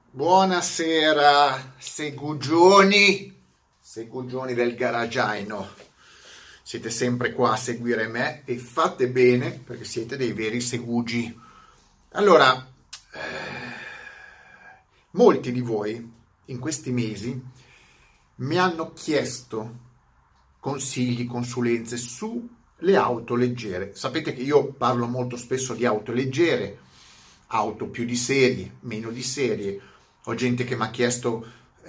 Buonasera, segugioni del garagiaino. Siete sempre qua a seguire me e fate bene perché siete dei veri segugi. Allora, molti di voi in questi mesi mi hanno chiesto consigli, consulenze sulle auto leggere. Sapete che io parlo molto spesso di auto leggere, auto più di serie, meno di serie. Ho gente che mi ha chiesto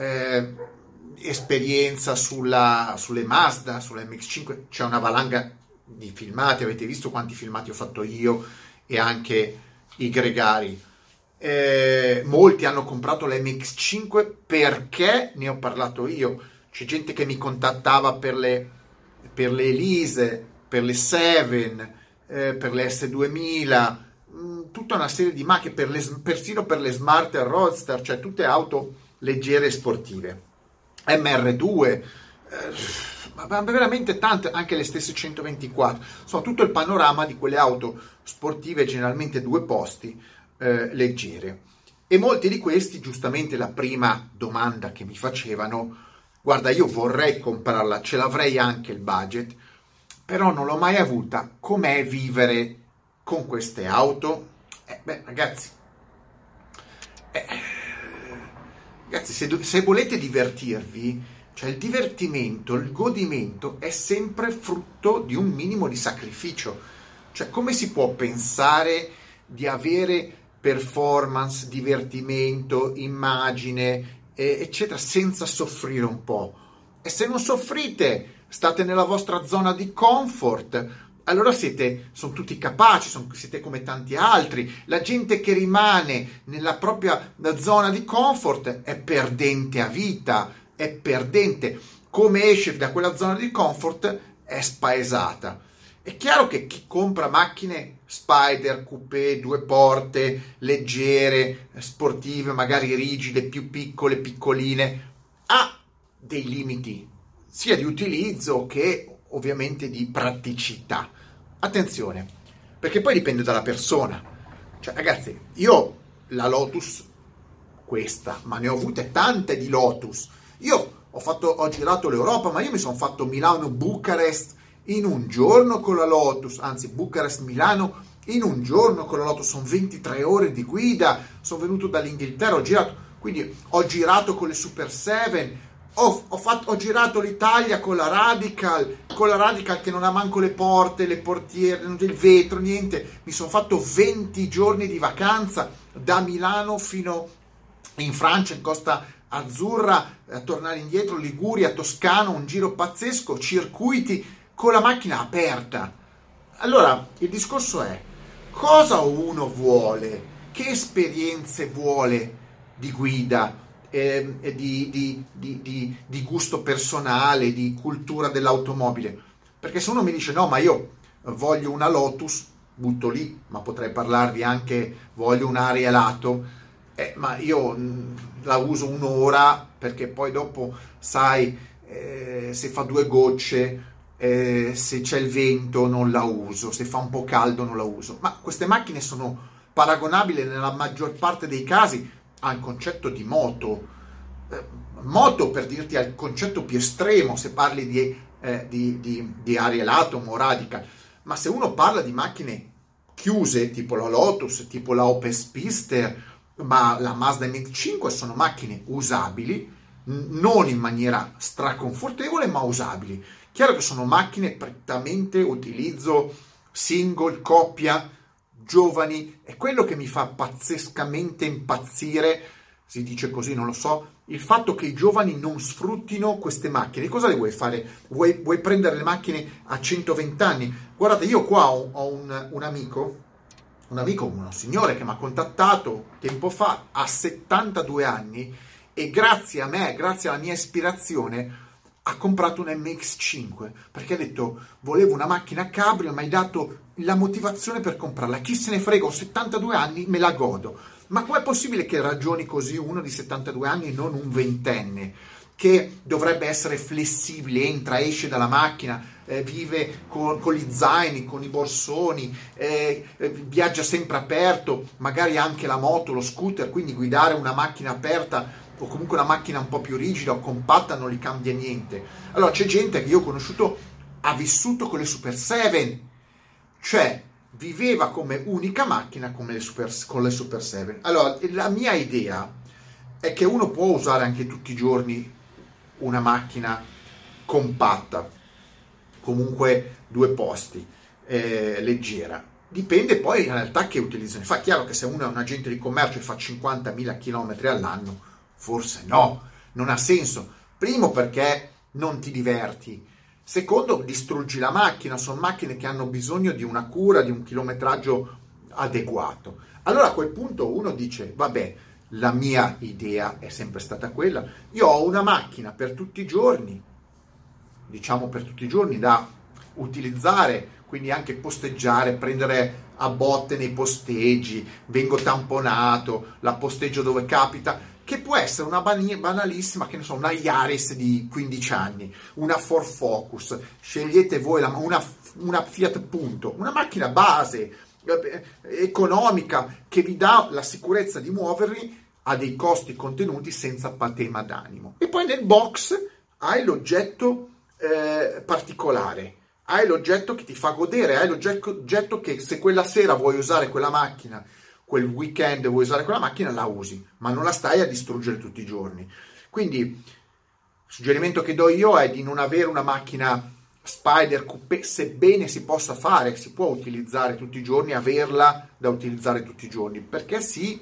esperienza sulle Mazda, sulle MX-5. C'è una valanga di filmati, avete visto quanti filmati ho fatto io e anche i gregari. Molti hanno comprato le MX-5 perché ne ho parlato io. C'è gente che mi contattava per le Elise, per le Seven, per le S2000, tutta una serie di macchine, persino per le Smart e Roadster, cioè tutte auto leggere e sportive. MR2, ma veramente tante, anche le stesse 124. Insomma, tutto il panorama di quelle auto sportive, generalmente due posti, leggere. E molti di questi, giustamente la prima domanda che mi facevano: guarda, io vorrei comprarla, ce l'avrei anche il budget, però non l'ho mai avuta, com'è vivere con queste auto? Ragazzi, se volete divertirvi, cioè il divertimento, il godimento è sempre frutto di un minimo di sacrificio. Cioè, come si può pensare di avere performance, divertimento, immagine, eccetera, senza soffrire un po'? E se non soffrite, state nella vostra zona di comfort, allora sono tutti capaci, siete come tanti altri. La gente che rimane nella propria zona di comfort è perdente a vita, è perdente. Come esce da quella zona di comfort è spaesata. È chiaro che chi compra macchine Spider, coupé, due porte, leggere, sportive, magari rigide, più piccole, piccoline, ha dei limiti, sia di utilizzo che ovviamente di praticità. Attenzione, perché poi dipende dalla persona. Cioè, ragazzi, io la Lotus, questa, ma ne ho avute tante di Lotus. Io ho girato l'Europa, ma io mi sono fatto Milano-Bucarest in un giorno con la Lotus, anzi Bucarest-Milano in un giorno con la Lotus, sono 23 ore di guida, sono venuto dall'Inghilterra, ho girato con le Super 7, ho girato l'Italia con la Radical che non ha manco le porte, le portiere, il vetro, niente. Mi sono fatto 20 giorni di vacanza da Milano fino in Francia, in Costa Azzurra, a tornare indietro, Liguria, Toscana, un giro pazzesco, circuiti con la macchina aperta. Allora, il discorso è: cosa uno vuole? Che esperienze vuole di guida? Di gusto personale, di cultura dell'automobile. Perché se uno mi dice no, ma io voglio una Lotus, butto lì, ma potrei parlarvi anche voglio un Arielato, ma io la uso un'ora perché poi dopo sai, se fa due gocce, se c'è il vento non la uso, se fa un po' caldo non la uso. Ma queste macchine sono paragonabili nella maggior parte dei casi al concetto di moto, per dirti al concetto più estremo, se parli di Arielato o Radical. Ma se uno parla di macchine chiuse, tipo la Lotus, tipo la Opel Spister, ma la Mazda MX-5, sono macchine usabili, non in maniera straconfortevole, ma usabili. Chiaro che sono macchine prettamente utilizzo single, coppia, giovani. È quello che mi fa pazzescamente impazzire, si dice così, non lo so, il fatto che i giovani non sfruttino queste macchine. Cosa le vuoi fare? Vuoi prendere le macchine a 120 anni? Guardate, io qua ho un amico, uno signore che mi ha contattato tempo fa, ha 72 anni e grazie a me, grazie alla mia ispirazione, ha comprato un MX-5 perché ha detto volevo una macchina cabrio, mi hai dato la motivazione per comprarla. Chi se ne frega, ho 72 anni, me la godo. Ma com'è possibile che ragioni così uno di 72 anni e non un ventenne che dovrebbe essere flessibile, entra, esce dalla macchina? vive con gli zaini, con i borsoni, viaggia sempre aperto, magari anche la moto, lo scooter, quindi guidare una macchina aperta o comunque una macchina un po' più rigida o compatta non gli cambia niente. Allora c'è gente che io ho conosciuto, ha vissuto con le Super 7, cioè viveva come unica macchina con le Super 7. Allora la mia idea è che uno può usare anche tutti i giorni una macchina compatta, comunque 2 posti, leggera. Dipende poi in realtà che utilizzo ne fa. Chiaro che se uno è un agente di commercio e fa 50.000 km all'anno, forse no, non ha senso. Primo perché non ti diverti, secondo distruggi la macchina, sono macchine che hanno bisogno di una cura, di un chilometraggio adeguato. Allora a quel punto uno dice, vabbè, la mia idea è sempre stata quella, io ho una macchina per tutti i giorni, diciamo per tutti i giorni da utilizzare, quindi anche posteggiare, prendere a botte nei posteggi, vengo tamponato, la posteggio dove capita, che può essere una banalissima, che ne so, una Yaris di 15 anni, una Ford Focus, scegliete voi una Fiat Punto, una macchina base, economica, che vi dà la sicurezza di muovervi a dei costi contenuti senza patema d'animo. E poi nel box hai l'oggetto particolare, hai l'oggetto che ti fa godere, hai l'oggetto che se quella sera vuoi usare quella macchina, quel weekend vuoi usare quella macchina, la usi, ma non la stai a distruggere tutti i giorni. Quindi il suggerimento che do io è di non avere una macchina Spider Coupé, sebbene si possa fare, si può utilizzare tutti i giorni, averla da utilizzare tutti i giorni, perché si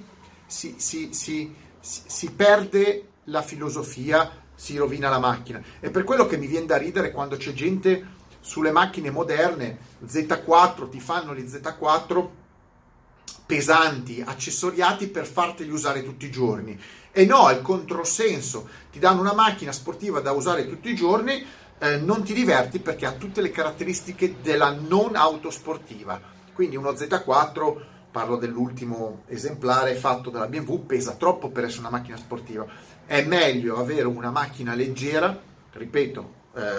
perde la filosofia, si rovina la macchina. È per quello che mi viene da ridere quando c'è gente sulle macchine moderne, Z4, ti fanno gli Z4 pesanti, accessoriati per farteli usare tutti i giorni. E no, è il controsenso, ti danno una macchina sportiva da usare tutti i giorni, non ti diverti perché ha tutte le caratteristiche della non auto sportiva. Quindi uno Z4, parlo dell'ultimo esemplare fatto dalla BMW, pesa troppo per essere una macchina sportiva. È meglio avere una macchina leggera, ripeto,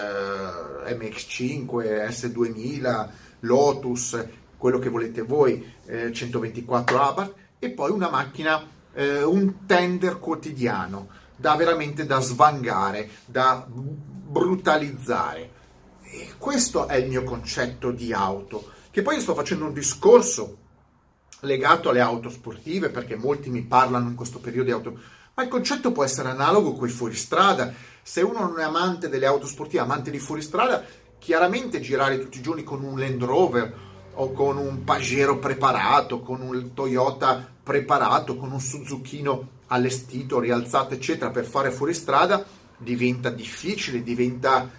MX5, S2000, Lotus, quello che volete voi, 124 Abarth, e poi una macchina, un tender quotidiano, veramente da svangare, da brutalizzare. E questo è il mio concetto di auto, che poi sto facendo un discorso legato alle auto sportive, perché molti mi parlano in questo periodo di auto, ma il concetto può essere analogo con i fuoristrada. Se uno non è amante delle auto sportive, amante di fuoristrada, chiaramente girare tutti i giorni con un Land Rover o con un Pajero preparato, con un Toyota preparato, con un Suzukino allestito, rialzato, eccetera, per fare fuoristrada, diventa difficile, diventa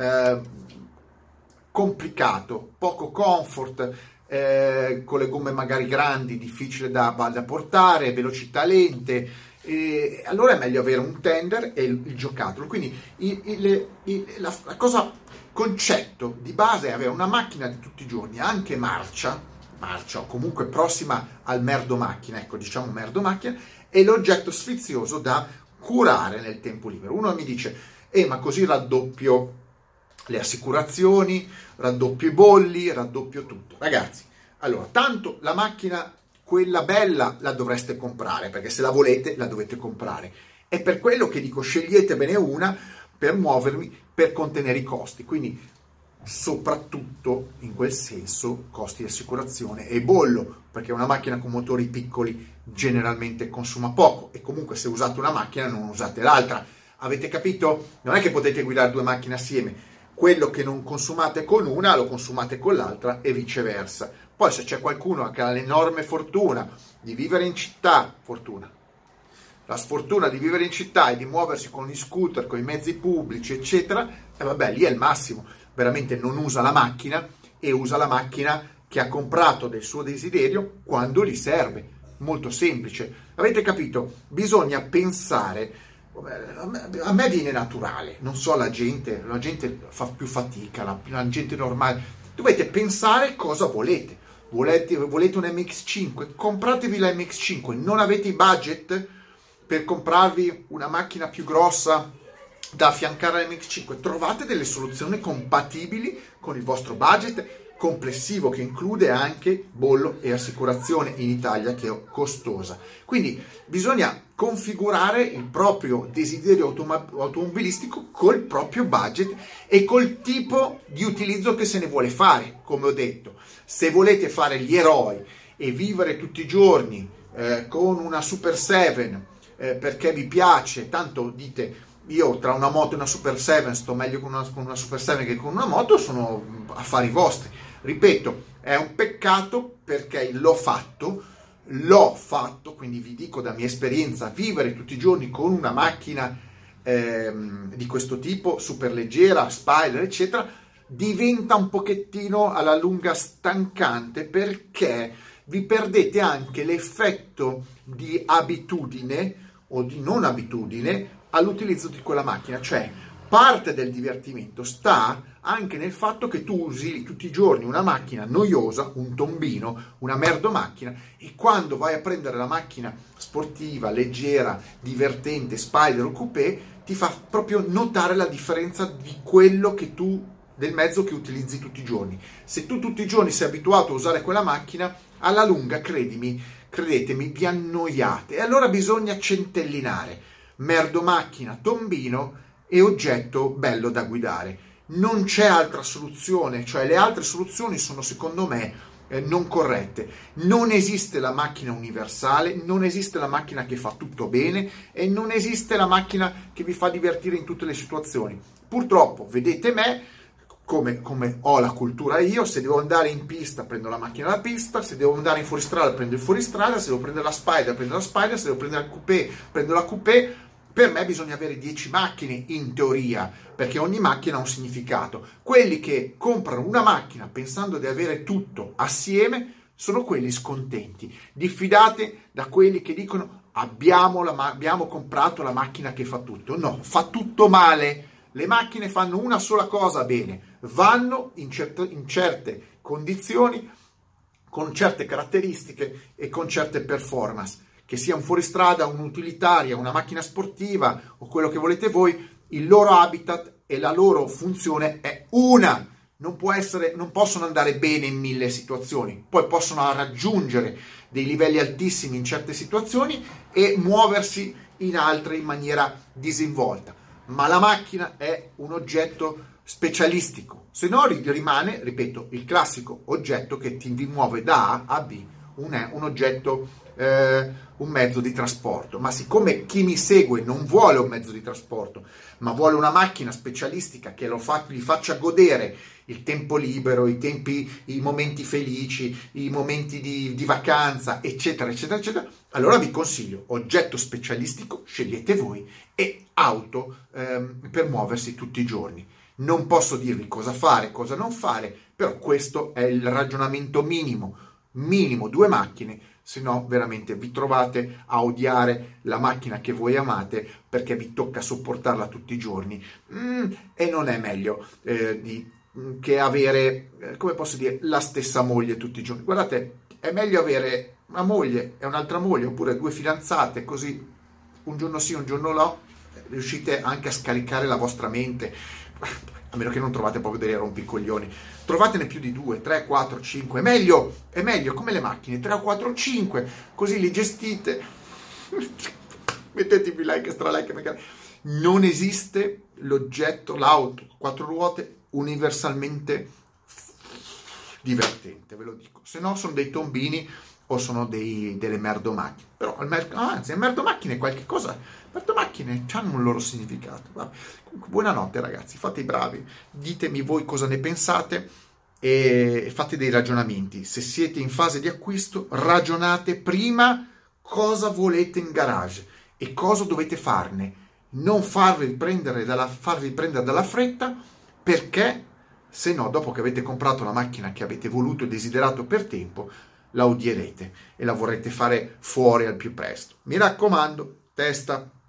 complicato, poco comfort, con le gomme magari grandi, difficile da portare, velocità lente. E allora è meglio avere un tender e il giocattolo. Quindi la cosa, concetto di base è avere una macchina di tutti i giorni, anche marcia o comunque prossima al merdo macchina, ecco, diciamo merdo macchina, e l'oggetto sfizioso da curare nel tempo libero. Uno mi dice, ma così raddoppio le assicurazioni, raddoppio i bolli, raddoppio tutto. Ragazzi, allora, tanto la macchina, quella bella, la dovreste comprare, perché se la volete la dovete comprare. È per quello che dico, sceglietevene una per muovervi, per contenere i costi. Quindi soprattutto in quel senso costi di assicurazione e bollo, perché una macchina con motori piccoli generalmente consuma poco, e comunque se usate una macchina non usate l'altra. Avete capito? Non è che potete guidare 2 macchine assieme, quello che non consumate con una lo consumate con l'altra e viceversa. Poi se c'è qualcuno che ha l'enorme fortuna di vivere in città, la sfortuna di vivere in città e di muoversi con gli scooter, con i mezzi pubblici, eccetera, e vabbè, lì è il massimo. Veramente non usa la macchina e usa la macchina che ha comprato del suo desiderio quando gli serve. Molto semplice. Avete capito? Bisogna pensare. A me viene naturale, non so la gente fa più fatica, la gente normale. Dovete pensare cosa volete. Volete un MX5? Compratevi la MX5. Non avete i budget per comprarvi una macchina più grossa da affiancare all'MX5. Trovate delle soluzioni compatibili con il vostro budget complessivo, che include anche bollo e assicurazione in Italia, che è costosa. Quindi bisogna configurare il proprio desiderio automobilistico col proprio budget e col tipo di utilizzo che se ne vuole fare. Come ho detto, se volete fare gli eroi e vivere tutti i giorni con una Super 7 perché vi piace, tanto dite io tra una moto e una Super 7 sto meglio con una Super 7 che con una moto, sono affari vostri. Ripeto, è un peccato perché l'ho fatto, quindi vi dico da mia esperienza, vivere tutti i giorni con una macchina di questo tipo, super leggera, Spider, eccetera, diventa un pochettino alla lunga stancante, perché vi perdete anche l'effetto di abitudine o di non abitudine all'utilizzo di quella macchina. Cioè, parte del divertimento sta anche nel fatto che tu usi tutti i giorni una macchina noiosa, un tombino, una merda macchina, e quando vai a prendere la macchina sportiva, leggera, divertente, Spider o coupé, ti fa proprio notare la differenza di quello che tu, del mezzo che utilizzi tutti i giorni. Se tu tutti i giorni sei abituato a usare quella macchina, alla lunga, credetemi, vi annoiate. E allora bisogna centellinare merdo macchina, tombino e oggetto bello da guidare. Non c'è altra soluzione, cioè le altre soluzioni sono secondo me non corrette. Non esiste la macchina universale, non esiste la macchina che fa tutto bene e non esiste la macchina che vi fa divertire in tutte le situazioni. Purtroppo, vedete me, come ho la cultura io, se devo andare in pista prendo la macchina da pista, se devo andare in fuoristrada prendo il fuoristrada, se devo prendere la Spider prendo la Spider, se devo prendere la coupé prendo la coupé. Per me bisogna avere 10 macchine in teoria, perché ogni macchina ha un significato. Quelli che comprano una macchina pensando di avere tutto assieme sono quelli scontenti. Diffidate da quelli che dicono abbiamo comprato la macchina che fa tutto. No, fa tutto male. Le macchine fanno una sola cosa bene, vanno in certe condizioni, con certe caratteristiche e con certe performance. Che sia un fuoristrada, un'utilitaria, una macchina sportiva o quello che volete voi, il loro habitat e la loro funzione è una. Non possono andare bene in 1000 situazioni, poi possono raggiungere dei livelli altissimi in certe situazioni e muoversi in altre in maniera disinvolta. Ma la macchina è un oggetto specialistico, se no rimane, ripeto, il classico oggetto che ti muove da A a B, un oggetto, un mezzo di trasporto. Ma siccome chi mi segue non vuole un mezzo di trasporto, ma vuole una macchina specialistica che gli faccia godere il tempo libero, i momenti felici, i momenti di vacanza, eccetera, eccetera, eccetera, allora vi consiglio oggetto specialistico, scegliete voi, e auto per muoversi tutti i giorni. Non posso dirvi cosa fare, cosa non fare, però questo è il ragionamento minimo, 2 macchine, se no veramente vi trovate a odiare la macchina che voi amate perché vi tocca sopportarla tutti i giorni, e non è meglio che avere, come posso dire, la stessa moglie tutti i giorni. Guardate, è meglio avere una moglie e un'altra moglie, oppure 2 fidanzate, così un giorno sì, un giorno no, riuscite anche a scaricare la vostra mente, a meno che non trovate proprio dei rompicoglioni. Trovatene più di 2, 3, 4, 5, è meglio come le macchine, 3 o 4 5, così li gestite. Mettetevi like, stralike, magari. Non esiste l'oggetto, l'auto, 4 ruote, universalmente divertente, ve lo dico. Se no sono dei tombini o sono delle merdomacchine. Però anzi, merdomacchine è qualche cosa. Merdomacchine hanno un loro significato. Vabbè. Comunque, buonanotte ragazzi, fate i bravi, ditemi voi cosa ne pensate e fate dei ragionamenti. Se siete in fase di acquisto, ragionate prima cosa volete in garage e cosa dovete farne. Non farvi prendere dalla fretta, perché se no, dopo che avete comprato la macchina che avete voluto e desiderato per tempo, la odierete e la vorrete fare fuori al più presto. Mi raccomando, testa.